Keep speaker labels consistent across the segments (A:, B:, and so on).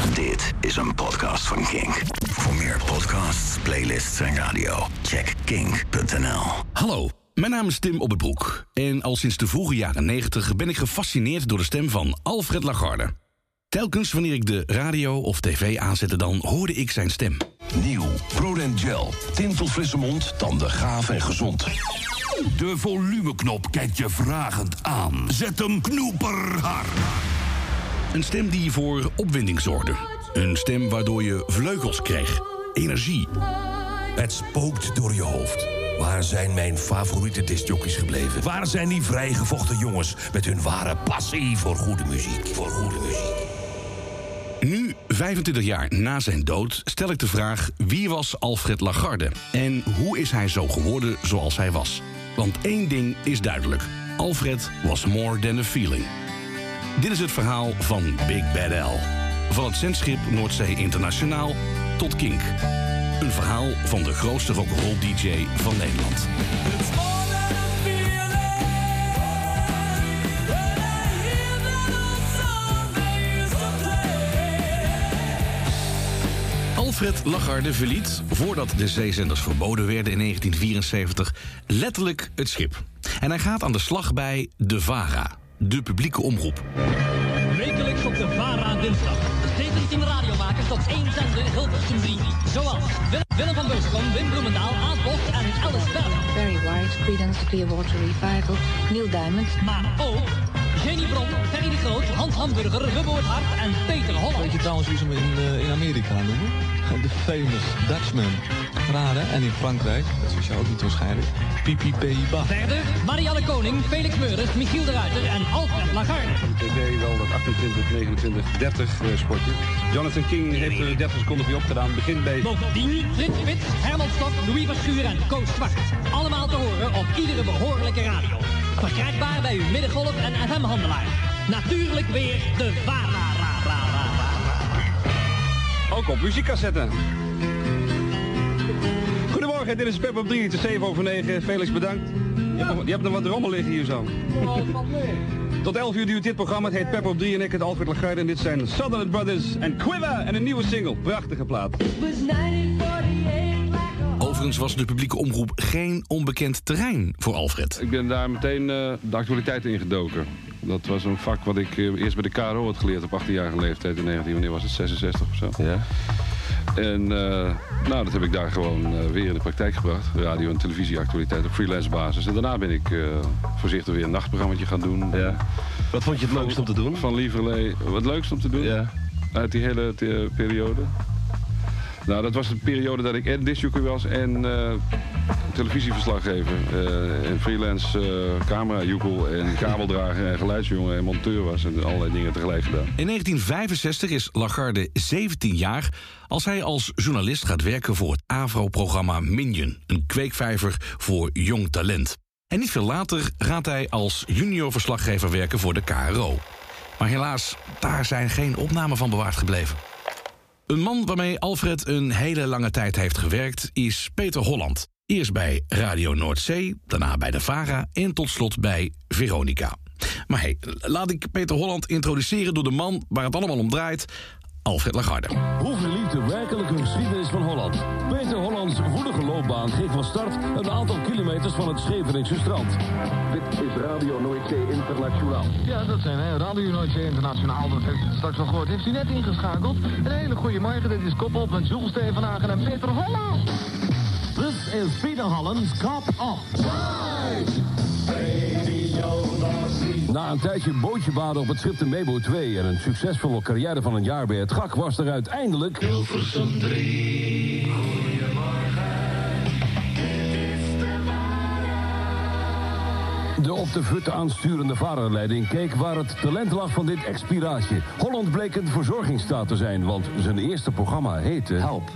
A: Dit is een podcast van Kink. Voor meer podcasts, playlists en radio, check kink.nl.
B: Hallo, mijn naam is Tim Op het Broek. En al sinds de vroege jaren 90 ben ik gefascineerd door de stem van Alfred Lagarde. Telkens wanneer ik de radio of tv aanzette, dan hoorde ik zijn stem.
C: Nieuw, ProDent Gel. Tintelfrisse mond, tanden gaaf en gezond.
D: De volumeknop kijkt je vragend aan. Zet hem knoeperhard.
B: Een stem die voor opwinding zorgde. Een stem waardoor je vleugels kreeg. Energie.
C: Het spookt door je hoofd. Waar zijn mijn favoriete discjockeys gebleven? Waar zijn die vrijgevochten jongens met hun ware passie voor goede muziek?
B: Nu, 25 jaar na zijn dood, stel ik de vraag: wie was Alfred Lagarde? En hoe is hij zo geworden zoals hij was? Want één ding is duidelijk. Alfred was more than a feeling. Dit is het verhaal van Big Bad Al. Van het zendschip Noordzee Internationaal tot Kink. Een verhaal van de grootste rock'n'roll DJ van Nederland. Alfred Lagarde verliet, voordat de zeezenders verboden werden in 1974, letterlijk het schip. En hij gaat aan de slag bij de VARA, de publieke omroep.
E: Wekelijks op de VARA dinsdag. 17 radiomakers tot 1 zender Hilversum 3. Zoals Willem van Beuskom, Wim Bloemendaal, Aad Bocht en Alice Berger.
F: Barry White, Creedence Clearwater Revival, Neil Diamond.
E: Maar ook Jenny Bron, Ferry de Groot, Hans Hamburger, Wubbo het Hart en Peter Holland.
G: Weet je trouwens wie ze hem in Amerika noemen? De famous Dutchman. Raar hè? En in Frankrijk, dat wist je ook niet waarschijnlijk, Pipi Pays-Bas.
E: Verder Marianne Koning, Felix Meurders, Michiel de Ruiter en Alfred Lagarde.
H: Ik deed wel dat 28, 29, 30 sportje. Jonathan King heeft er 30 seconden voor opgedaan. Begint bij...
E: Bovendien Frits Spits, Herman Stok, Louis Verschuur en Koos Zwart. Allemaal te horen op iedere behoorlijke radio. Verkrijgbaar bij uw middengolf en FM-handelaar. Natuurlijk weer de VARA.
H: Ook op muziekcassetten. Goedemorgen, dit is Pep op 3, het is 7:07. Felix, bedankt. Je hebt nog wat rommel liggen hier zo. Tot 11 uur duurt dit programma. Het heet Pep op 3 en ik het Alfred Lagarde. En dit zijn Sutherland Brothers en Quiver en een nieuwe single. Prachtige plaat.
B: Overigens was de publieke omroep geen onbekend terrein voor Alfred.
I: Ik ben daar meteen de actualiteit ingedoken. Dat was een vak wat ik eerst bij de KRO had geleerd op 18-jarige leeftijd in 1966 of zo. Ja. En dat heb ik daar gewoon weer in de praktijk gebracht. Radio- en televisieactualiteit op freelance basis. En daarna ben ik voorzichtig weer een nachtprogrammaatje gaan doen. Ja.
J: Wat vond je het leukst om te doen?
I: Van Lieverlee. Wat leukst om te doen? Ja. Uit die hele periode. Nou, dat was de periode dat ik en discjockey was en televisieverslaggever. En freelance camerajoekel en kabeldrager en geluidsjongen en monteur was. En allerlei dingen tegelijk gedaan.
B: In 1965 is Lagarde 17 jaar als hij als journalist gaat werken voor het AVRO-programma Minion. Een kweekvijver voor jong talent. En niet veel later gaat hij als junior verslaggever werken voor de KRO. Maar helaas, daar zijn geen opnamen van bewaard gebleven. Een man waarmee Alfred een hele lange tijd heeft gewerkt is Peter Holland. Eerst bij Radio Noordzee, daarna bij de VARA en tot slot bij Veronica. Maar hey, laat ik Peter Holland introduceren door de man waar het allemaal om draait, Alfred Lagarde.
K: Hoe verliep de werkelijke geschiedenis van Holland? Peter Hollands woelige loopbaan ging van start een aantal kilometers van het Scheveningse strand.
L: Dit is Radio Noordzee Internationaal.
M: Ja, dat zijn hè, Radio Noordzee Internationaal. Dat heeft u straks al gehoord. Heeft u net ingeschakeld? Een hele goede morgen. Dit is Kop Op met Jules Stevenhagen en Peter Holland.
N: This is Peter Holland's Kop Op.
K: Na een tijdje bootje baden op het schip de Mebo 2 en een succesvolle carrière van een jaar bij het GAK was er uiteindelijk
O: Hilversum 3.
K: de op de voet aansturende VARA-leiding keek waar het talent lag van dit expiraatje. Holland bleek een verzorgingsstaat te zijn, want zijn eerste programma heette
P: Help.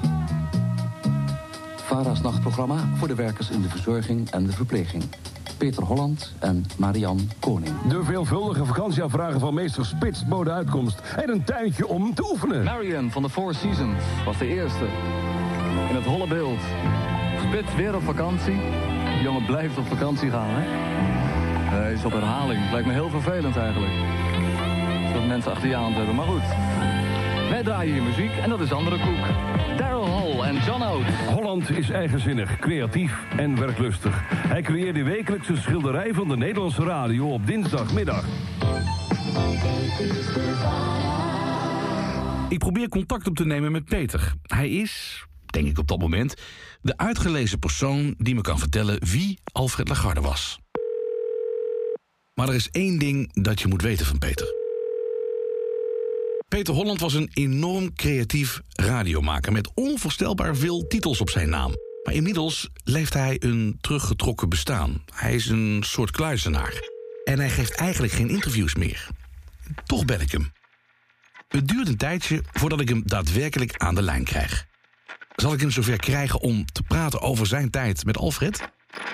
P: VARA's nachtprogramma voor de werkers in de verzorging en de verpleging. Peter Holland en Marianne Koning.
K: De veelvuldige vakantieafvragen van meester Spits boden uitkomst en een tuintje om te oefenen.
Q: Marianne van de Four Seasons was de eerste. In het holle beeld. Spits weer op vakantie. De jongen blijft op vakantie gaan, hè? Hij is op herhaling. Het lijkt me heel vervelend eigenlijk. Dat mensen achter je aan hebben, maar goed. Wij draaien je muziek en dat is andere koek. Daryl Hall en John Oates.
K: Holland is eigenzinnig, creatief en werklustig. Hij creëert de wekelijkse schilderij van de Nederlandse radio op dinsdagmiddag.
B: Ik probeer contact op te nemen met Peter. Hij is, denk ik op dat moment, de uitgelezen persoon die me kan vertellen wie Alfred Lagarde was. Maar er is één ding dat je moet weten van Peter. Peter Holland was een enorm creatief radiomaker met onvoorstelbaar veel titels op zijn naam. Maar inmiddels leeft hij een teruggetrokken bestaan. Hij is een soort kluizenaar. En hij geeft eigenlijk geen interviews meer. Toch bel ik hem. Het duurt een tijdje voordat ik hem daadwerkelijk aan de lijn krijg. Zal ik hem zover krijgen om te praten over zijn tijd met Alfred?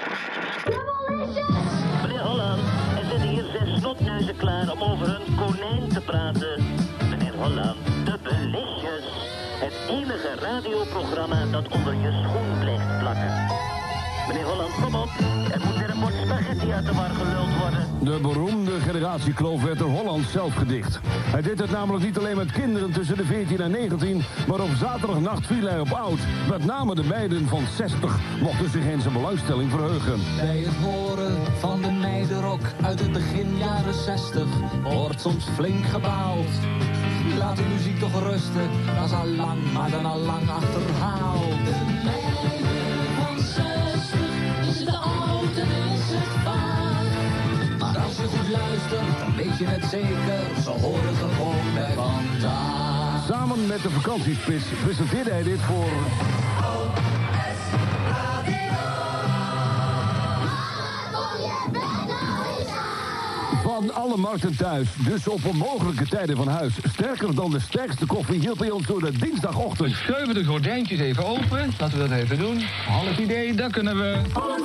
R: Meneer Holland, er zitten hier 6 snotneuzen klaar om over hun konijn te praten. Meneer Holland, de belichtjes. Het enige radioprogramma dat onder je schoen blijft plakken. Meneer Holland, kom op. Er moet weer een bord spaghetti uit de war geluld worden.
K: De beroemde generatiekloof werd door Holland zelf gedicht. Hij deed het namelijk niet alleen met kinderen tussen de 14 en 19... maar op zaterdagnacht viel hij op oud. Met name de meiden van 60 mochten zich in zijn belangstelling verheugen.
S: Bij het horen van de meidenrok uit het begin jaren 60... wordt soms flink gebaald. Laat de muziek toch rusten, dat is al lang, maar dan al lang achterhaald. De meiden van 60 is de oude en is het vaak. Maar als je goed luistert, dan weet je het zeker, ze horen gewoon bij vandaag.
K: Samen met de vakantiespits presenteerde hij dit voor... Van alle markten thuis, dus op onmogelijke tijden van huis. Sterker dan de sterkste koffie hielp hij ons door de dinsdagochtend.
M: Schuiven de gordijntjes even open. Laten we dat even doen. Half idee, daar kunnen we.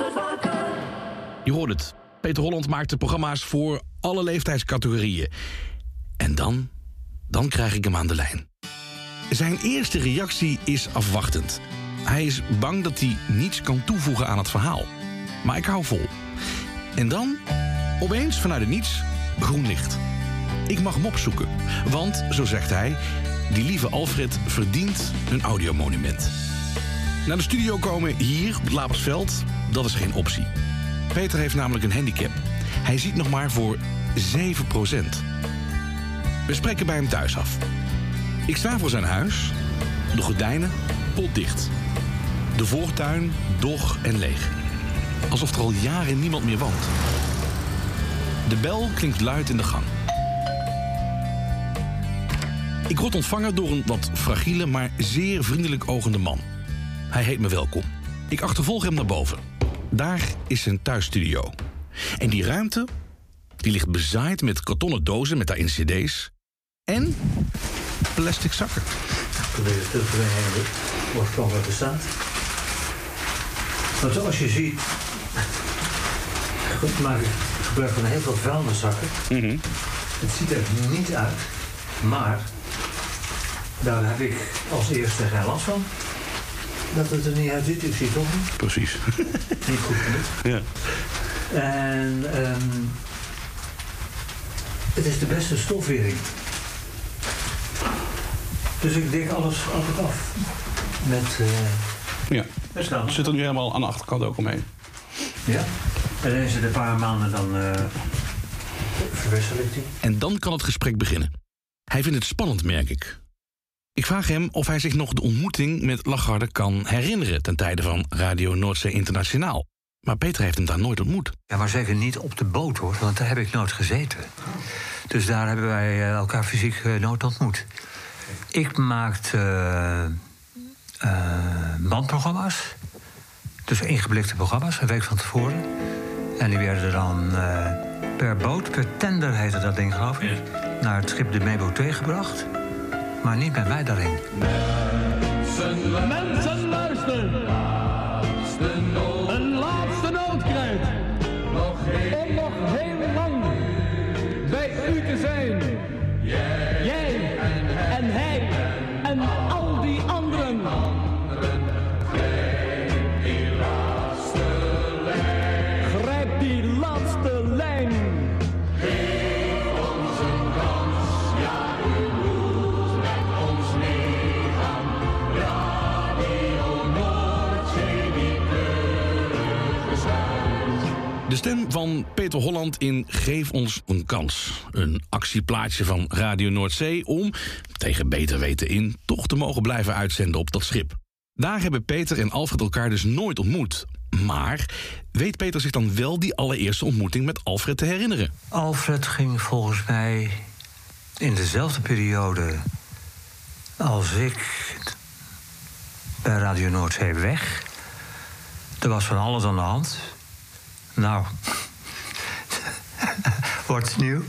B: Je hoort het. Peter Holland maakte programma's voor alle leeftijdscategorieën. En dan krijg ik hem aan de lijn. Zijn eerste reactie is afwachtend. Hij is bang dat hij niets kan toevoegen aan het verhaal. Maar ik hou vol. En dan... opeens, vanuit het niets, groen licht. Ik mag hem opzoeken, want, zo zegt hij... die lieve Alfred verdient een audiomonument. Naar de studio komen hier, op het Lapersveld, dat is geen optie. Peter heeft namelijk een handicap. Hij ziet nog maar voor 7%. We spreken bij hem thuis af. Ik sta voor zijn huis, de gordijnen potdicht. De voortuin dog en leeg. Alsof er al jaren niemand meer woont. De bel klinkt luid in de gang. Ik word ontvangen door een wat fragiele, maar zeer vriendelijk ogende man. Hij heet me welkom. Ik achtervolg hem naar boven. Daar is zijn thuisstudio. En die ruimte, die ligt bezaaid met kartonnen dozen met daarin cd's... en plastic zakken.
T: Ik probeer het terug te brengen oorspronkelijk bestaat. Want zoals je ziet... goed, maak ik gebruik van heel veel vuilniszakken. Het ziet er niet uit, maar daar heb ik als eerste geen last van. Dat het er niet uitziet, ik zie het toch niet.
B: Precies.
T: Niet goed genoeg.
B: Ja.
T: En het is de beste stofwering. Dus ik dek alles altijd af.
B: Ja, het zit er nu helemaal aan de achterkant ook omheen.
T: Ja, en dan is het een paar maanden, dan verwissel ik die.
B: En dan kan het gesprek beginnen. Hij vindt het spannend, merk ik. Ik vraag hem of hij zich nog de ontmoeting met Lagarde kan herinneren... ten tijde van Radio Noordzee Internationaal. Maar Peter heeft hem daar nooit ontmoet.
T: Ja, maar zeker niet op de boot, hoor, want daar heb ik nooit gezeten. Dus daar hebben wij elkaar fysiek nooit ontmoet. Ik maakte bandprogramma's. Dus ingeblikte programma's, een week van tevoren. En die werden dan per boot, per tender heette dat ding, geloof ik... naar het schip de Mebo 2 gebracht. Maar niet met mij daarin.
S: Mensen, luister! Een laatste noodkreet. Om nog heel lang bij u te zijn. Jij en hij en al die anderen. Grijp die laatste lijn. Geef ons een kans, ja, u moet met ons
B: De stem van Peter Holland in Geef ons een kans. Een actieplaatje van Radio Noordzee om, tegen beter weten in, toch te mogen blijven uitzenden op dat schip. Daar hebben Peter en Alfred elkaar dus nooit ontmoet. Maar weet Peter zich dan wel die allereerste ontmoeting met Alfred te herinneren?
T: Alfred ging volgens mij in dezelfde periode als ik bij Radio Noordzee weg. Er was van alles aan de hand. Nou, wordt nieuw.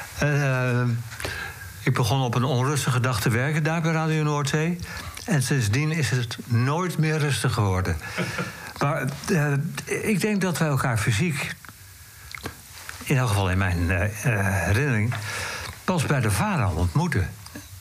T: Ik begon op een onrustige dag te werken daar bij Radio Noordzee. En sindsdien is het nooit meer rustig geworden. Maar ik denk dat wij elkaar fysiek, in elk geval in mijn herinnering, pas bij de VARA ontmoeten.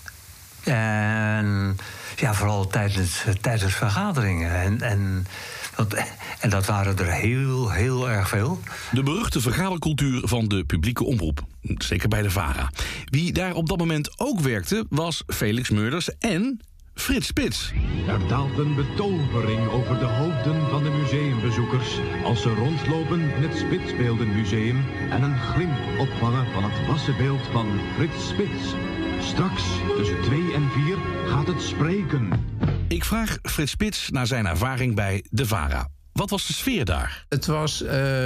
T: En ja, vooral tijdens vergaderingen. En dat waren er heel erg veel.
B: De beruchte vergadercultuur van de publieke omroep. Zeker bij de VARA. Wie daar op dat moment ook werkte, was Felix Meurders en Frits Spits.
U: Er daalt een betovering over de hoofden van de museumbezoekers als ze rondlopen in het Spitsbeeldenmuseum en een glimp opvangen van het wassenbeeld van Frits Spits. Straks, tussen 2 en 4, gaat het spreken.
B: Ik vraag Frits Spits naar zijn ervaring bij de VARA. Wat was de sfeer daar?
V: Het was,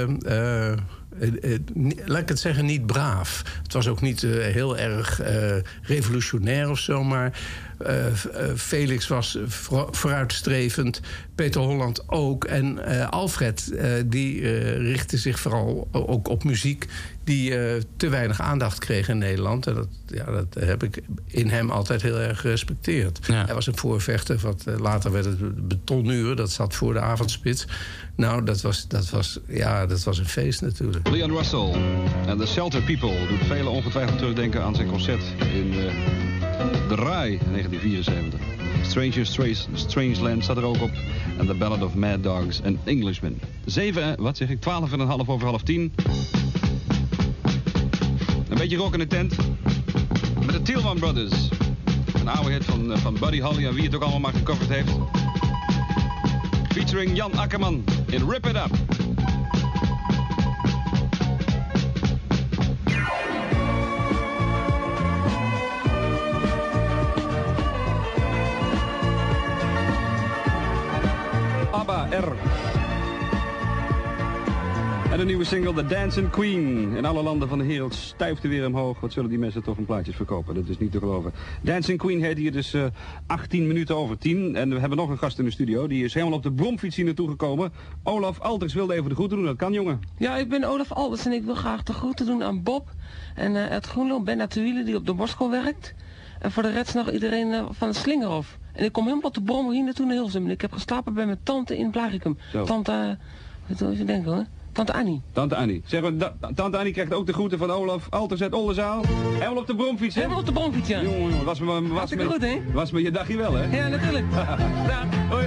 V: laat ik het zeggen, niet braaf. Het was ook niet heel erg revolutionair of zo, maar Felix was vooruitstrevend, Peter Holland ook. En Alfred, die richtte zich vooral ook op muziek die te weinig aandacht kreeg in Nederland. En dat heb ik in hem altijd heel erg gerespecteerd. Ja. Hij was een voorvechter, later werd het Betonuren, dat zat voor de avondspits. Nou, dat was een feest natuurlijk.
H: Leon Russell en The Shelter People doet velen ongetwijfeld terugdenken aan zijn concert in de RAI in 1974. Strange Land staat er ook op. En The Ballad of Mad Dogs and Englishmen. 12,5 over 9:30. Een beetje rock in de tent. Met de Tielman Brothers. Een oude hit van Buddy Holly en wie het ook allemaal maar gecoverd heeft. Featuring Jan Akkerman in Rip It Up. ABBA R. En de nieuwe single The Dancing Queen. In alle landen van de wereld stuift er weer omhoog. Wat zullen die mensen toch een plaatjes verkopen? Dat is niet te geloven. Dancing Queen heet hier dus 18 minuten over 10. En we hebben nog een gast in de studio. Die is helemaal op de bromfiets hier naartoe gekomen. Olaf Alters wilde even de groeten doen. Dat kan, jongen.
W: Ja, ik ben Olaf Alters en ik wil graag de groeten doen aan Bob. En Ed Groenlo, Ben Atuile, die op de borstschool werkt. En voor de rest nog iedereen van het Slingerhof. En ik kom helemaal op de brom hier naartoe naar Hilsum. En ik heb geslapen bij mijn tante in Blarikum. Tante, wat wil je denken hoor? Tante Annie.
H: Tante Annie. Zeg maar, Tante Annie krijgt ook de groeten van Olaf Alters uit Oldenzaal. Helemaal op de bromfiets, hè?
W: Helemaal op de bromfiets, ja.
H: Jongen, was me je dagje wel, hè?
W: Ja, natuurlijk.
H: Daar, hoi.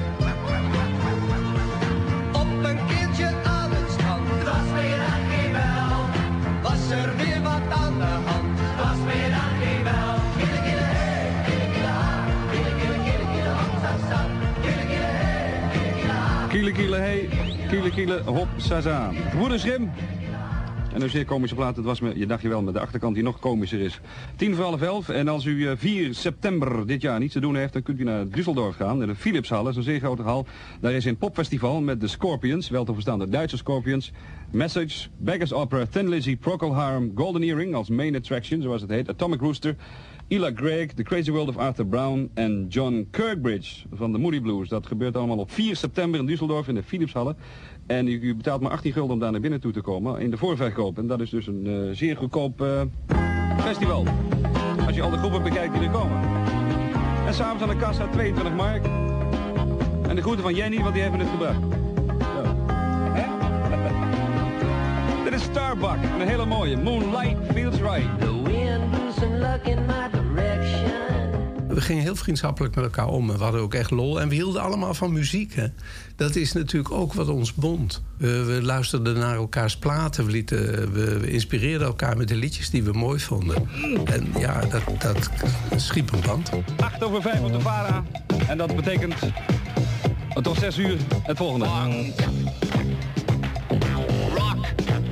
X: Op een keertje aan het strand. Wasmiddag geen wel. Was er weer wat aan de hand. Wasmiddag geen wel. Kille kille hey, kille kille ha. Kille kille kille kille hop, kille kille hey, kille kille ha.
H: Kille kille hey. Kiele, kiele, hop, saza. Woedersrim. En een zeer komische plaat. Het was me, je dacht je wel, met de achterkant die nog komischer is. 10:11. En als u 4 september dit jaar niets te doen heeft, dan kunt u naar Düsseldorf gaan. In de Philipshal, dat is een zeer grote hal. Daar is een popfestival met de Scorpions, wel te verstaan de Duitse Scorpions. Message, Beggars Opera, Thin Lizzy, Procol Harum, Golden Earring als main attraction, zoals het heet. Atomic Rooster, Ella Gregg, The Crazy World of Arthur Brown en John Kirkbridge van de Moody Blues. Dat gebeurt allemaal op 4 september in Düsseldorf in de Philipshalle. En u betaalt maar 18 gulden om daar naar binnen toe te komen in de voorverkoop. En dat is dus een zeer goedkoop festival. Als je al de groepen bekijkt die er komen. En s'avonds aan de kassa 22 mark. En de groeten van Jenny, want die heeft me het gebracht. Zo. Hè? Dit is Starbuck, een hele mooie. Moonlight Feels Right.
X: The wind blew some luck in my direction.
V: We gingen heel vriendschappelijk met elkaar om. En we hadden ook echt lol. En we hielden allemaal van muziek. Hè. Dat is natuurlijk ook wat ons bond. We luisterden naar elkaars platen. We inspireerden elkaar met de liedjes die we mooi vonden. En ja, dat schiep een band.
H: 8:05 op de VARA. En dat betekent tot 6 uur het volgende.
X: Rock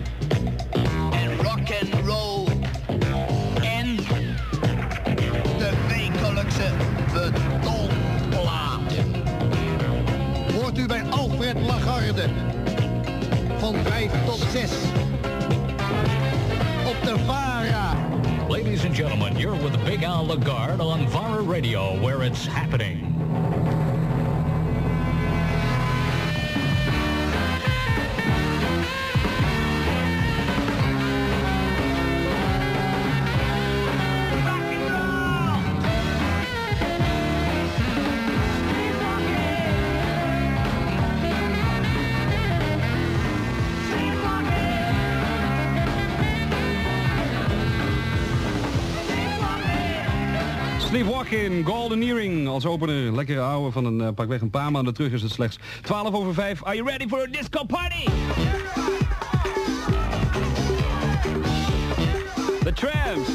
A: betonplaten. Hoort u bij Alfred Lagarde. Van 5 tot 6. Op de VARA.
N: Ladies and gentlemen, you're with the Big Al Lagarde on VARA Radio, where it's happening.
H: Sleepwalking, Golden Earring als opener. Lekkere ouwe van een pakweg een paar maanden terug is het slechts 5:12. Are you ready for a disco party? The Tramps.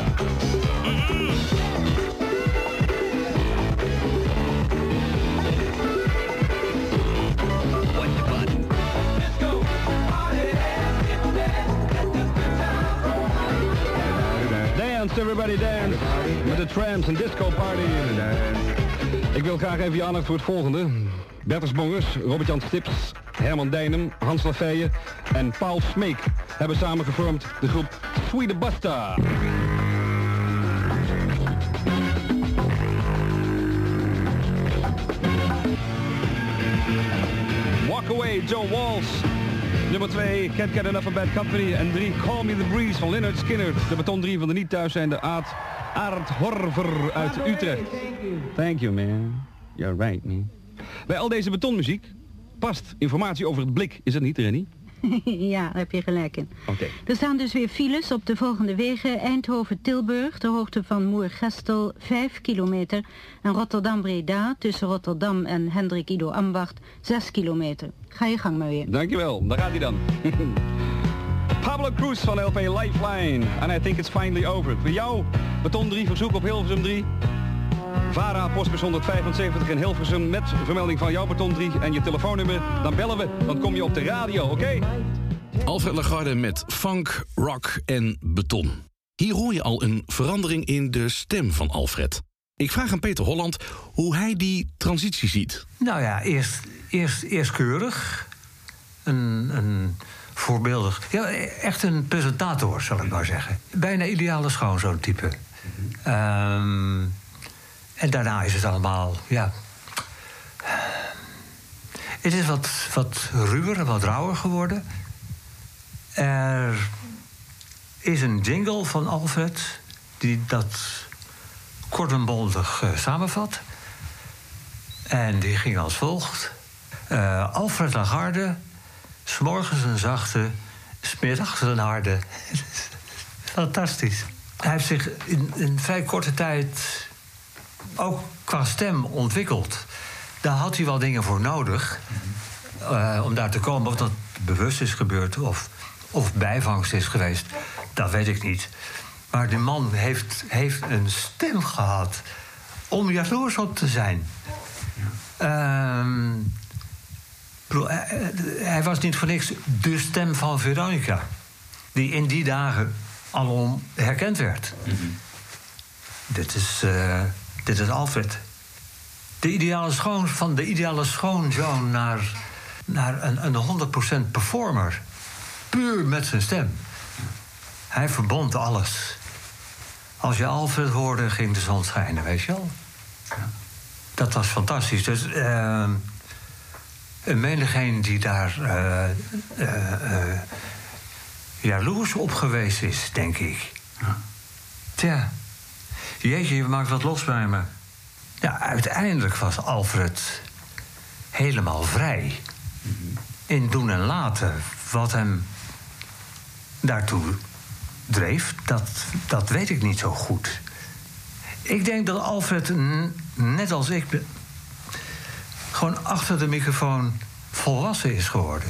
H: Dance, everybody dance. Met de Tramps en disco party. Ik wil graag even je aandacht voor het volgende. Bertus Bongers, Robert-Jan Stips, Herman Dijnem, Hans Lafeije en Paul Smeek hebben samen gevormd de groep Sweet Basta. Walk Away, Joe Walsh. Nummer 2, Can't Get Enough of Bad Company. En 3, Call Me The Breeze van Lynyrd Skynyrd. De beton 3 van de niet thuis zijn de Aard Horver uit Utrecht. Thank you, man. You're right, man. Bij al deze betonmuziek past informatie over het blik. Is dat niet, Rennie?
C: Ja, daar heb je gelijk in.
H: Okay.
C: Er staan dus weer files op de volgende wegen. Eindhoven-Tilburg, de hoogte van Moergestel, 5 kilometer. En Rotterdam-Breda, tussen Rotterdam en Hendrik Ido Ambacht, 6 kilometer. Ga je gang maar weer.
H: Dankjewel, daar gaat hij dan. Pablo Cruz van LP Lifeline. And I think it's finally over. Voor jou, beton 3, verzoek op Hilversum 3. VARA, postbus 175 in Hilversum met vermelding van jouw beton 3 en je telefoonnummer. Dan bellen we, dan kom je op de radio, oké?
B: Alfred Lagarde met funk, rock en beton. Hier hoor je al een verandering in de stem van Alfred. Ik vraag aan Peter Holland hoe hij die transitie ziet.
T: Nou ja, eerst keurig. Een voorbeeldig. Ja, echt een presentator, zal ik maar zeggen. Bijna ideale schoon, zo'n type. En daarna is het allemaal, ja... Het is wat ruwer en wat rauwer geworden. Er is een jingle van Alfred die dat kort en bondig samenvat. En die ging als volgt. Alfred Lagarde, 's morgens een zachte, 's middags een harde. Fantastisch. Hij heeft zich in vrij korte tijd ook qua stem ontwikkeld. Daar had hij wel dingen voor nodig om daar te komen. Of dat bewust is gebeurd of bijvangst is geweest, dat weet ik niet. Maar die man heeft een stem gehad om jaloers op te zijn. Hij was niet voor niks de stem van Veronica, die in die dagen alom herkend werd. Dit is Alfred. De ideale schoon, van de ideale schoonzoon naar een 100% performer. Puur met zijn stem. Hij verbond alles. Als je Alfred hoorde, ging de zon schijnen, weet je wel. Dat was fantastisch. Dus menigeen die daar jaloers op geweest is, denk ik. Tja. Jeetje, je maakt wat los bij me. Ja, uiteindelijk was Alfred helemaal vrij. In doen en laten. Wat hem daartoe dreef, dat weet ik niet zo goed. Ik denk dat Alfred, net als ik, gewoon achter de microfoon volwassen is geworden.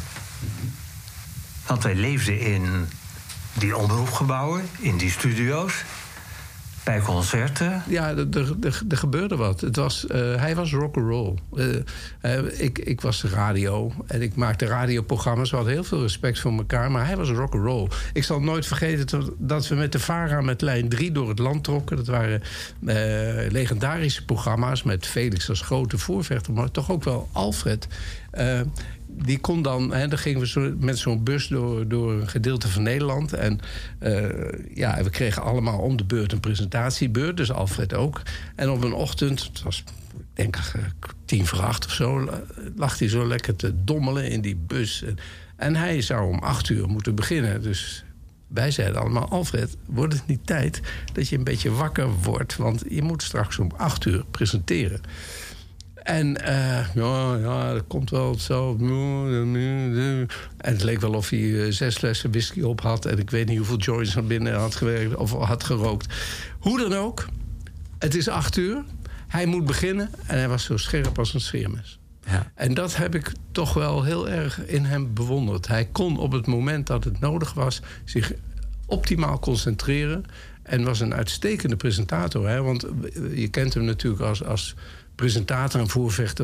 T: Want wij leefden in die omroepgebouwen, in die studio's. Bij concerten?
V: Ja, er gebeurde wat. Hij was rock'n'roll. Ik was de radio en ik maakte radioprogramma's. We hadden heel veel respect voor elkaar, maar hij was rock'n'roll. Ik zal nooit vergeten dat we met de VARA met lijn 3 door het land trokken. Dat waren legendarische programma's met Felix als grote voorvechter, maar toch ook wel Alfred. Die kon dan gingen we met zo'n bus door een gedeelte van Nederland. En we kregen allemaal om de beurt een presentatiebeurt. Dus Alfred ook. En op een ochtend, het was denk ik 7:50 of zo, lag hij zo lekker te dommelen in die bus. En hij zou om 8:00 moeten beginnen. Dus wij zeiden allemaal, Alfred, wordt het niet tijd dat je een beetje wakker wordt? Want je moet straks om 8:00 presenteren. En dat komt wel zo. En het leek wel of hij 6 flessen whisky op had. En ik weet niet hoeveel joints naar binnen had gewerkt of had gerookt. Hoe dan ook, het is 8:00. Hij moet beginnen en hij was zo scherp als een scheermes. Ja. En dat heb ik toch wel heel erg in hem bewonderd. Hij kon op het moment dat het nodig was zich optimaal concentreren. En was een uitstekende presentator. Hè? Want je kent hem natuurlijk als presentator en voorvechter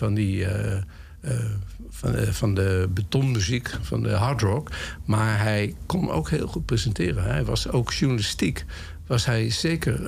V: van de betonmuziek, van de hard rock. Maar hij kon ook heel goed presenteren. Hij was ook journalistiek. Was hij zeker,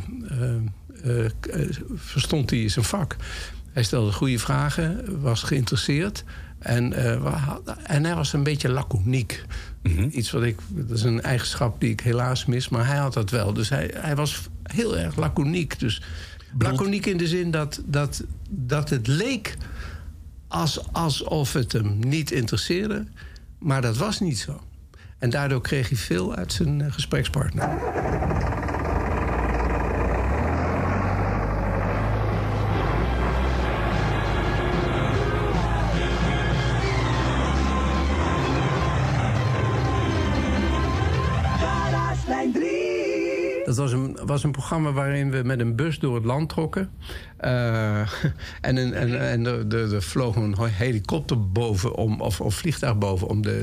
V: verstond hij zijn vak. Hij stelde goede vragen, was geïnteresseerd. En hij was een beetje laconiek. Mm-hmm. Dat is een eigenschap die ik helaas mis, maar hij had dat wel. Dus hij was heel erg laconiek. Dus laconiek in de zin dat het leek alsof het hem niet interesseerde. Maar dat was niet zo. En daardoor kreeg hij veel uit zijn gesprekspartner. Dat was een programma waarin we met een bus door het land trokken. En er vloog een helikopter boven of vliegtuig boven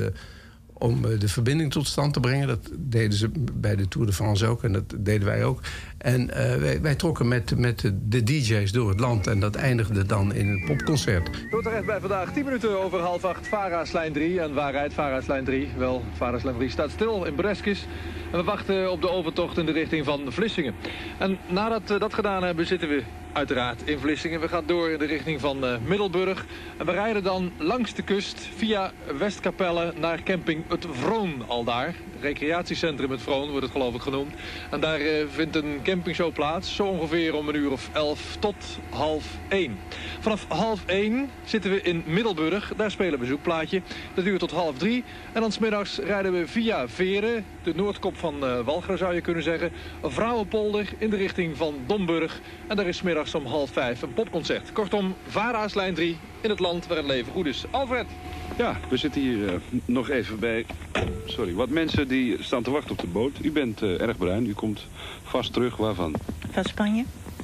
V: om de verbinding tot stand te brengen. Dat deden ze bij de Tour de France ook en dat deden wij ook. En wij trokken met de DJ's door het land en dat eindigde dan in een popconcert.
D: Door terecht bij vandaag 10 minuten over 2:30 VARA's lijn 3. En waar rijdt VARA's lijn 3? Wel, VARA's lijn 3 staat stil in Breskis. En we wachten op de overtocht in de richting van Vlissingen. En nadat we dat gedaan hebben, zitten we uiteraard in Vlissingen. We gaan door in de richting van Middelburg. En we rijden dan langs de kust via Westkapelle naar camping Het Vroon aldaar. Recreatiecentrum Het Vroon wordt het geloof ik genoemd. En daar vindt een campingshow plaats. Zo ongeveer om 11:00 tot 12:30. Vanaf 12:30 zitten we in Middelburg. Daar spelen we een bezoekplaatje. Dat duurt tot 2:30. En dan 's middags rijden we via Veren, de noordkop van Walcheren zou je kunnen zeggen, Vrouwenpolder in de richting van Domburg. En daar is 's middags om 4:30 een popconcert. Kortom, VARA's lijn 3 in het land waar het leven goed is. Alfred!
I: Ja, we zitten hier nog even bij wat mensen die staan te wachten op de boot. U bent erg bruin, u komt vast terug. Waarvan?
E: Van Spanje.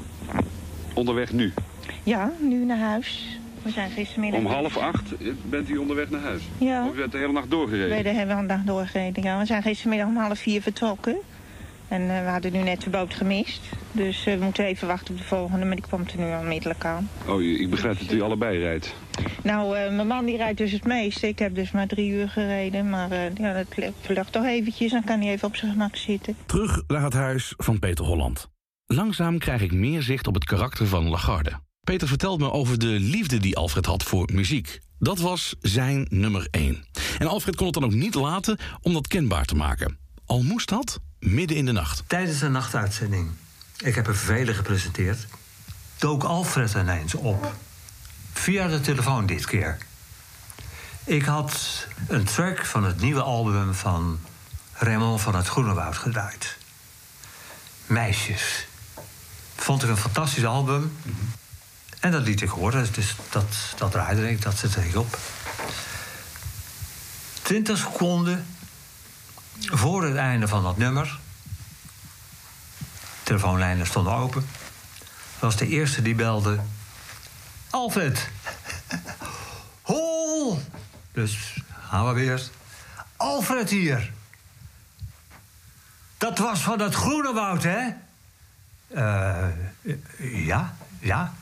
I: Onderweg nu?
E: Ja, nu naar huis. We zijn gistermiddag...
I: Om 7:30 bent u onderweg naar huis?
E: Ja.
I: Of u bent de hele nacht doorgereden?
E: We hebben de hele dag doorgereden, ja. We zijn gistermiddag om 3:30 vertrokken. En we hadden nu net de boot gemist. Dus we moeten even wachten op de volgende, maar die komt er nu onmiddellijk aan.
I: Oh, ik begrijp dat u allebei rijdt.
E: Nou, mijn man die rijdt dus het meeste. Ik heb dus maar 3 uur gereden. Maar dat vlucht toch eventjes, dan kan hij even op zijn gemak zitten.
B: Terug naar het huis van Peter Holland. Langzaam krijg ik meer zicht op het karakter van Lagarde. Peter vertelt me over de liefde die Alfred had voor muziek. Dat was zijn nummer 1. En Alfred kon het dan ook niet laten om dat kenbaar te maken. Al moest dat midden in de nacht.
T: Tijdens een nachtuitzending, ik heb er vele gepresenteerd, dook Alfred ineens op. Via de telefoon dit keer. Ik had een track van het nieuwe album van Raymond van het Groenewoud gedraaid. Meisjes. Vond ik een fantastisch album. En dat liet ik horen, dus dat draaide ik, dat zette ik op. 20 seconden voor het einde van dat nummer. Telefoonlijnen stonden open. Was de eerste die belde. Alfred! Hol! Dus gaan we weer. Alfred hier! Dat was van dat Groenewoud, hè? Ja.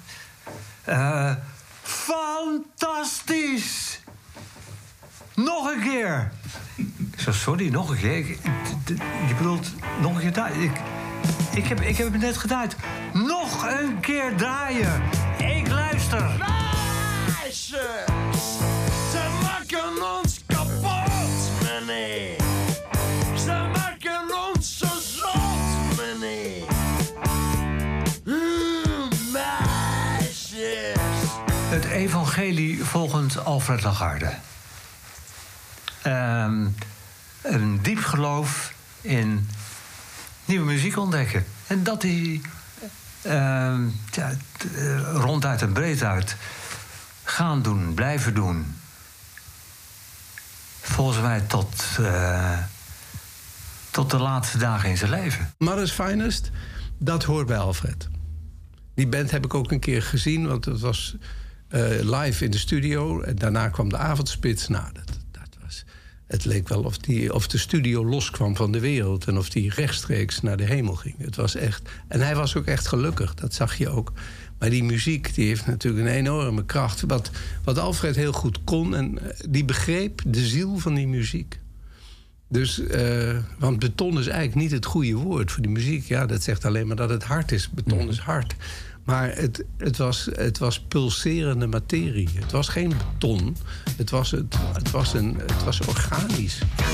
T: Fantastisch! Nog een keer! Sorry, nog een keer? Je bedoelt nog een keer draaien? Ik heb het net gedaan. Nog een keer draaien! Ik luister!
F: Meisjes, ze maken ons kapot, meneer. Ze maken ons zo zot, meneer. Meisjes.
T: Het evangelie volgens Alfred Lagarde. Een diep geloof in nieuwe muziek ontdekken. En dat die ronduit en breeduit gaan doen, blijven doen. Volgens mij tot de laatste dagen in zijn leven.
V: Mother's Finest, dat hoort bij Alfred. Die band heb ik ook een keer gezien, want het was live in de studio. En daarna kwam de avondspits. Nou, het leek wel of de studio loskwam van de wereld en of die rechtstreeks naar de hemel ging. Het was echt. En hij was ook echt gelukkig, dat zag je ook. Maar die muziek die heeft natuurlijk een enorme kracht. Wat Alfred heel goed kon, en die begreep de ziel van die muziek. Dus, want beton is eigenlijk niet het goede woord voor die muziek. Ja, dat zegt alleen maar dat het hard is. Beton is hard. Maar het was pulserende materie. Het was geen beton. Het was organisch.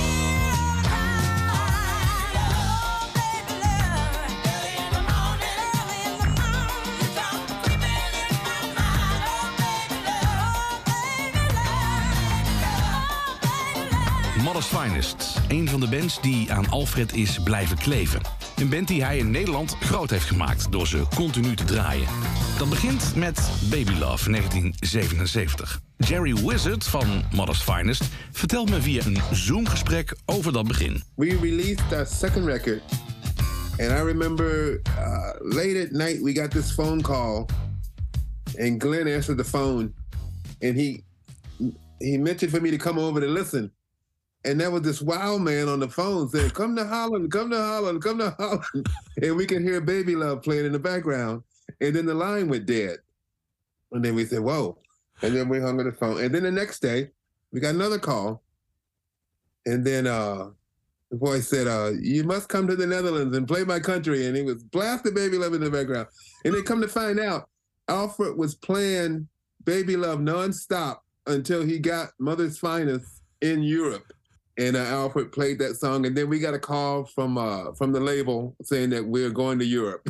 B: Mother's Finest, een van de bands die aan Alfred is blijven kleven. Een band die hij in Nederland groot heeft gemaakt door ze continu te draaien. Dat begint met Baby Love 1977. Jerry Wizard van Mother's Finest vertelt me via een Zoom-gesprek over dat begin.
G: We released our second record. And I remember late at night we got this phone call. And Glenn answered the phone. And he mentioned for me to come over to listen. And there was this wild man on the phone saying, come to Holland, come to Holland, come to Holland. And we could hear Baby Love playing in the background. And then the line went dead. And then we said, whoa. And then we hung up the phone. And then the next day, we got another call. And then the voice said, you must come to the Netherlands and play my country. And he was blasting Baby Love in the background. And then come to find out, Alfred was playing Baby Love nonstop until he got Mother's Finest in Europe. And Alfred played that song, and then we got a call from the label saying that we're going to Europe.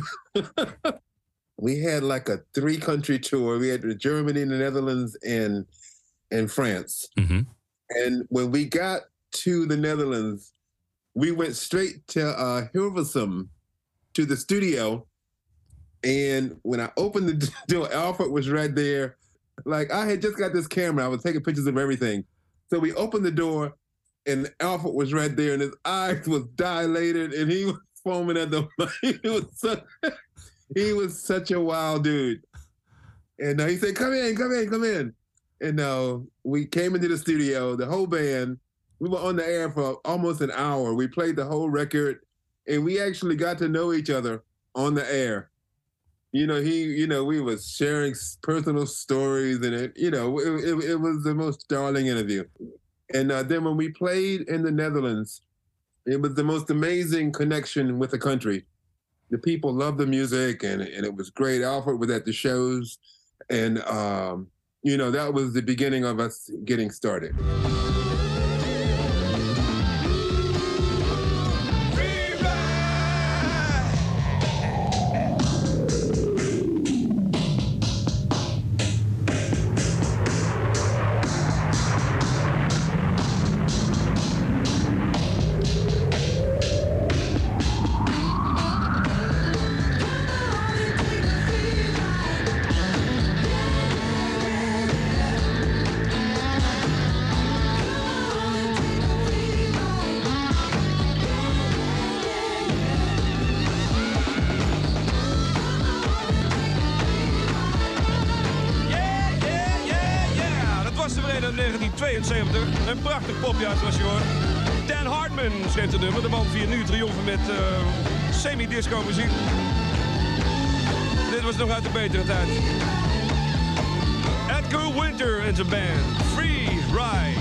G: We had like a 3-country tour. We had Germany, the Netherlands, and France. Mm-hmm. And when we got to the Netherlands, we went straight to Hilversum, to the studio. And when I opened the door, Alfred was right there. Like, I had just got this camera. I was taking pictures of everything. So we opened the door, and Alfred was right there, and his eyes was dilated, and he was foaming at the mouth. He was such a wild dude. And he said, come in. And we came into the studio, the whole band. We were on the air for almost an hour. We played the whole record, and we actually got to know each other on the air. We was sharing personal stories, and it was the most darling interview. And then when we played in the Netherlands, it was the most amazing connection with the country. The people loved the music, and it was great. Alfred was at the shows, and that was the beginning of us getting started.
H: Een prachtig popjaar zoals je hoort. Dan Hartman schreef het nummer. De man viert nu triomfen met semi-disco muziek. dit was nog uit de betere tijd. Edgar Winter en zijn band. Free Ride.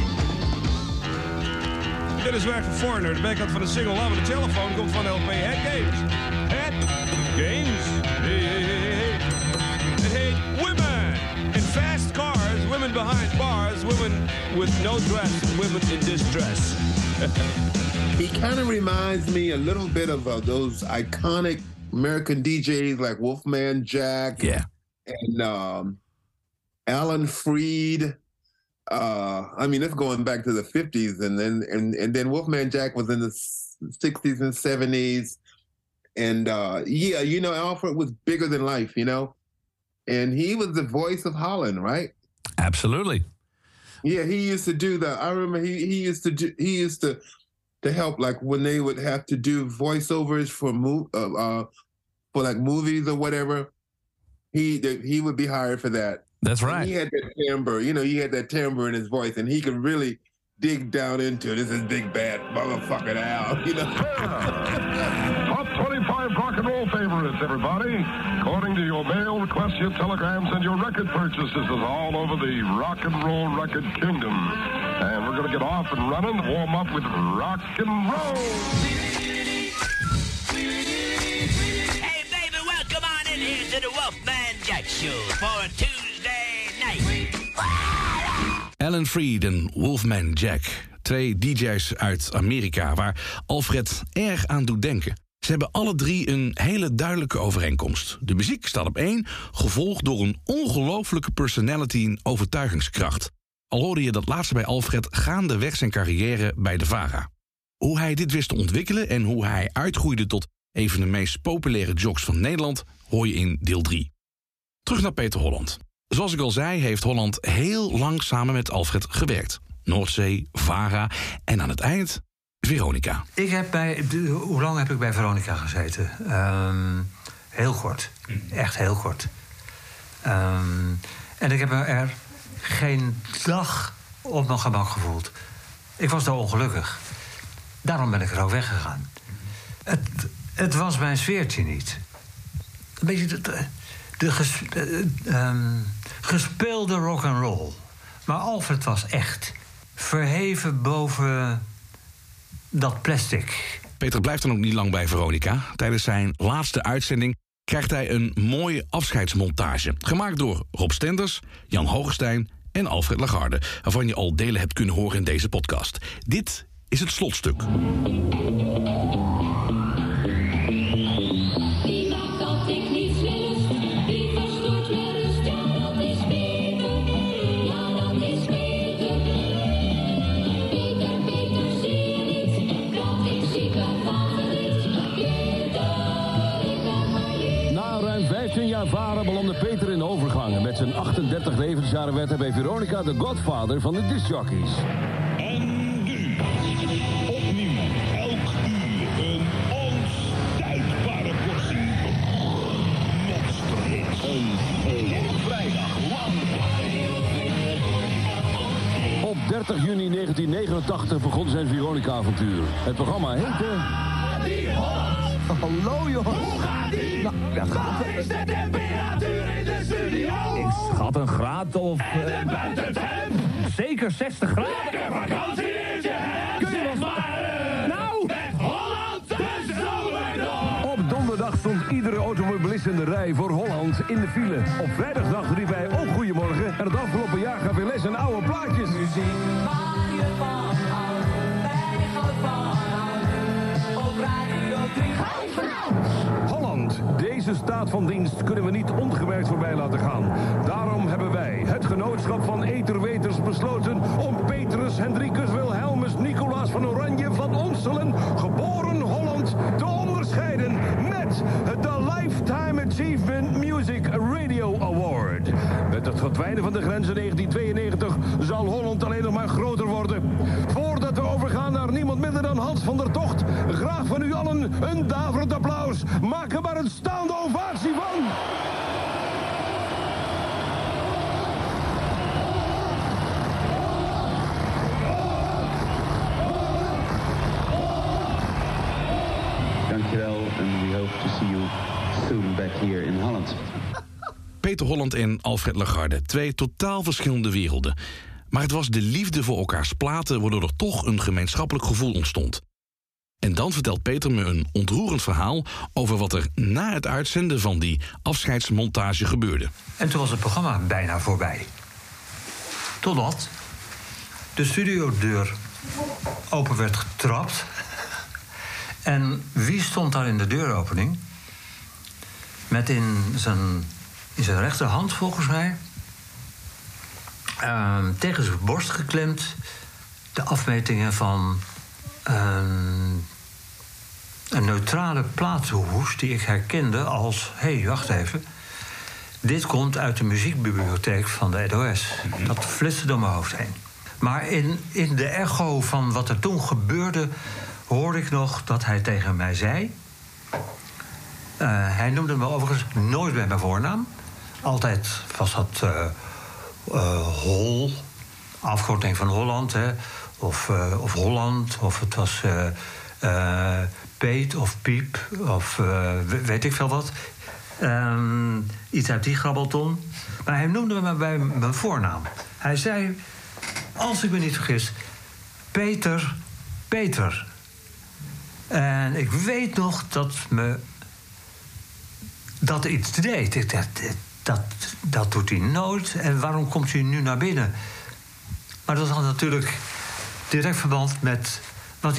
H: Dit is werk van Foreigner. De bijkant van de single Love on the Telephone komt van de LP Head Games. Head Games. Hey, hey, hey, hey. Het heet Women in Fast Cars, Women Behind Bars, Women with No Dress, Women in Distress.
G: He kind of reminds me a little bit of those iconic American DJs like Wolfman Jack.
B: Yeah.
G: And Alan Freed. I mean, it's going back to the 50s, and then Wolfman Jack was in the 60s and 70s. And yeah, you know, Alfred was bigger than life, you know. And he was the voice of Holland, right?
B: Absolutely.
G: Yeah, he used to do that. I remember he used to help, like when they would have to do voiceovers for like movies or whatever. He would be hired for that.
B: That's right.
G: And he had that timbre, you know, he had that timbre in his voice, and he could really dig down into it. This is big bad motherfucking Al, you know.
J: Top 25 rock and roll favorites, everybody. According to your mail, requests, your telegrams, and your record purchases is all over the rock and roll record kingdom. And we're going to get off and running, warm up with rock and roll.
R: Hey, baby, welcome on in here to the Wolfman Jack Show for a Tuesday night.
B: Alan Freed en Wolfman Jack. 2 DJ's uit Amerika waar Alfred erg aan doet denken. Ze hebben alle 3 een hele duidelijke overeenkomst. De muziek staat op 1, gevolgd door een ongelooflijke personality en overtuigingskracht. Al hoorde je dat laatste bij Alfred gaandeweg zijn carrière bij de VARA. Hoe hij dit wist te ontwikkelen en hoe hij uitgroeide tot een van de meest populaire jocks van Nederland hoor je in deel 3. Terug naar Peter Holland. Zoals ik al zei, heeft Holland heel lang samen met Alfred gewerkt. Noordzee, VARA en aan het eind Veronica.
T: Hoe lang heb ik bij Veronica gezeten? Heel kort. Echt heel kort. En ik heb me er geen dag op mijn gemak gevoeld. Ik was daar ongelukkig. Daarom ben ik er ook weggegaan. Het was mijn sfeertje niet. Een beetje de gespeelde rock'n'roll. Maar Alfred was echt verheven boven dat plastic.
B: Peter blijft dan ook niet lang bij Veronica. Tijdens zijn laatste uitzending krijgt hij een mooie afscheidsmontage. Gemaakt door Rob Stenders, Jan Hogenstein en Alfred Lagarde, waarvan je al delen hebt kunnen horen in deze podcast. Dit is het slotstuk.
K: Na ruim 15 jaar varen belandde Peter in de overgang. Met zijn 38 levensjaren werd hij bij Veronica de godfather van de discjockeys.
L: En nu, opnieuw, elk uur een onstuitbare portie monsterhits. Een vrijdag lang.
K: Op 30 juni 1989 begon zijn Veronica-avontuur. Het programma heette...
L: Hallo jongens. Hoe gaat ie? Nou, wat is de temperatuur in de studio?
O: Ik schat een graad of...
L: buiten het hemd.
O: Zeker 60 graden.
L: Lekker vakantieweertje.
O: Kun je
L: Zeg
O: wel...
L: maar,
O: Nou!
L: met Holland de zomer.
K: Op donderdag stond iedere automobilist in de rij voor Holland in de file. Op vrijdagdag riep hij ook goedemorgen. En het afgelopen jaar gaf hij les in oude plaatjes.
L: Muziek waar je van houdt. Wij gaan van houden. Op Radio 3.
K: Holland, deze staat van dienst kunnen we niet ongemerkt voorbij laten gaan. Daarom hebben wij, het genootschap van Eterweters, besloten om Petrus Hendrikus Wilhelmus Nicolaas van Oranje van Onselen, geboren Holland, te onderscheiden met de Lifetime Achievement Music Radio Award. Met het verdwijnen van de grens in 1992 zal Holland alleen nog maar groter worden. Voordat we overgaan naar niemand minder dan Hans van der Tocht, graag van u allen een daverend applaus. Maak er maar een staande ovatie van.
P: Dankjewel, and we hope to see you soon back here in Holland.
B: Peter Holland en Alfred Lagarde. 2 totaal verschillende werelden. Maar het was de liefde voor elkaars platen waardoor er toch een gemeenschappelijk gevoel ontstond. En dan vertelt Peter me een ontroerend verhaal over wat er na het uitzenden van die afscheidsmontage gebeurde.
T: En toen was het programma bijna voorbij. Totdat de studiodeur open werd getrapt. En wie stond daar in de deuropening? Met in zijn rechterhand, volgens mij, tegen zijn borst geklemd, de afmetingen van een neutrale platenhoes die ik herkende als... hé, wacht even. Dit komt uit de muziekbibliotheek van de NOS. Dat flitste door mijn hoofd heen. Maar in de echo van wat er toen gebeurde... hoorde ik nog dat hij tegen mij zei... hij noemde me overigens nooit bij mijn voornaam. Altijd was dat Hol, afkorting van Holland, hè. Of Holland, of het was Peet of Piep, of weet ik veel wat. Iets uit die grabbelton. Maar hij noemde me bij mijn voornaam. Hij zei, als ik me niet vergis, Peter. En ik weet nog dat iets deed. Ik dacht, dat doet hij nooit. En waarom komt hij nu naar binnen? Maar dat had natuurlijk direct verband met wat hij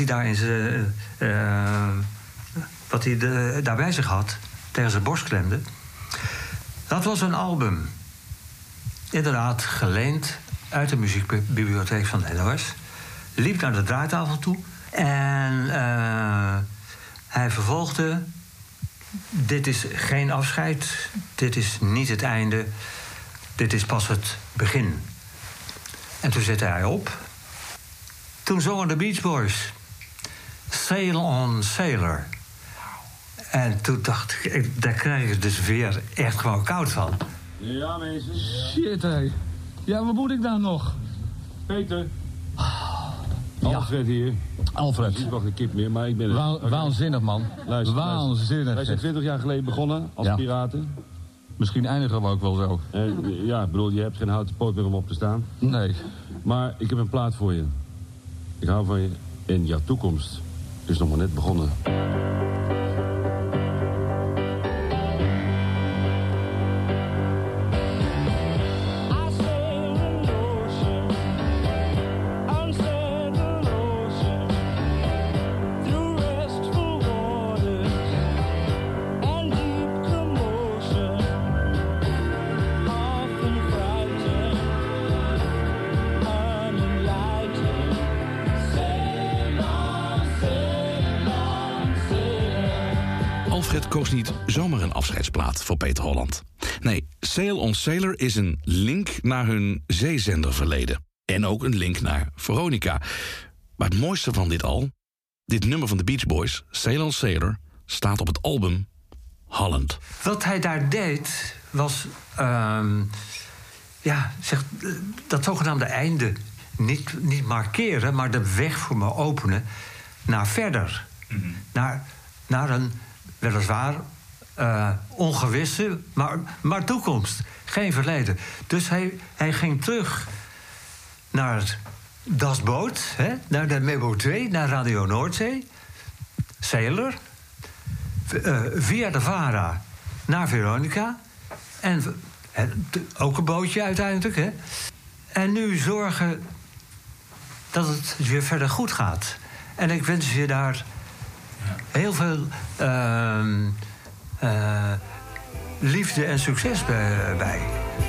T: daar bij zich had, tegen zijn borst klemde. Dat was een album. Inderdaad, geleend uit de muziekbibliotheek van de NOS. Liep naar de draaitafel toe. En hij vervolgde... Dit is geen afscheid. Dit is niet het einde. Dit is pas het begin. En toen zette hij op. Toen zongen de Beach Boys Sail on Sailor. En toen dacht ik, daar krijg ik dus weer echt gewoon koud van.
M: Ja, mensen. Shit, hé. Ja, wat moet ik dan nog? Peter. Alfred hier. Alfred. Ik wacht een kip meer, maar ik ben... Waanzinnig, man. Luister, waanzinnig. Wij zijn 20 jaar geleden begonnen als piraten. Misschien eindigen we ook wel zo. Ja, ik bedoel, je hebt geen houten poot meer om op te staan. Nee. Maar ik heb een plaat voor je. Ik hou van je. En jouw toekomst is nog maar net begonnen.
B: Alfred koos niet zomaar een afscheidsplaat voor Peter Holland. Nee, Sail on Sailor is een link naar hun zeezenderverleden. En ook een link naar Veronica. Maar het mooiste van dit nummer van de Beach Boys, Sail on Sailor, staat op het album Holland.
T: Wat hij daar deed, was dat zogenaamde einde niet markeren, maar de weg voor me openen naar verder. Mm-hmm. Naar een weliswaar ongewisse, maar toekomst. Geen verleden. Dus hij ging terug naar Das Boot, naar de Mebo 2, naar Radio Noordzee, Sailor, via de VARA naar Veronica. En ook een bootje uiteindelijk, hè. En nu zorgen dat het weer verder goed gaat. En ik wens je daar heel veel liefde en succes bij.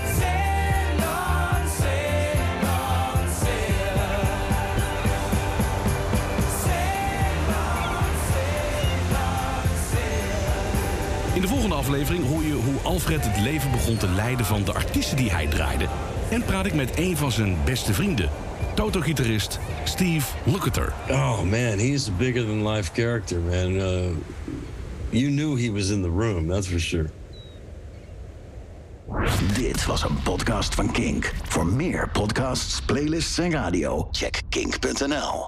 B: In de volgende aflevering hoor je hoe Alfred het leven begon te leiden van de artiesten die hij draaide. En praat ik met een van zijn beste vrienden, Toto-gitarist Steve Lukather.
P: Oh man, he's a bigger than life character, man. You knew he was in the room, that's for sure.
Q: Dit was een podcast van Kink. Voor meer podcasts, playlists en radio, check kink.nl.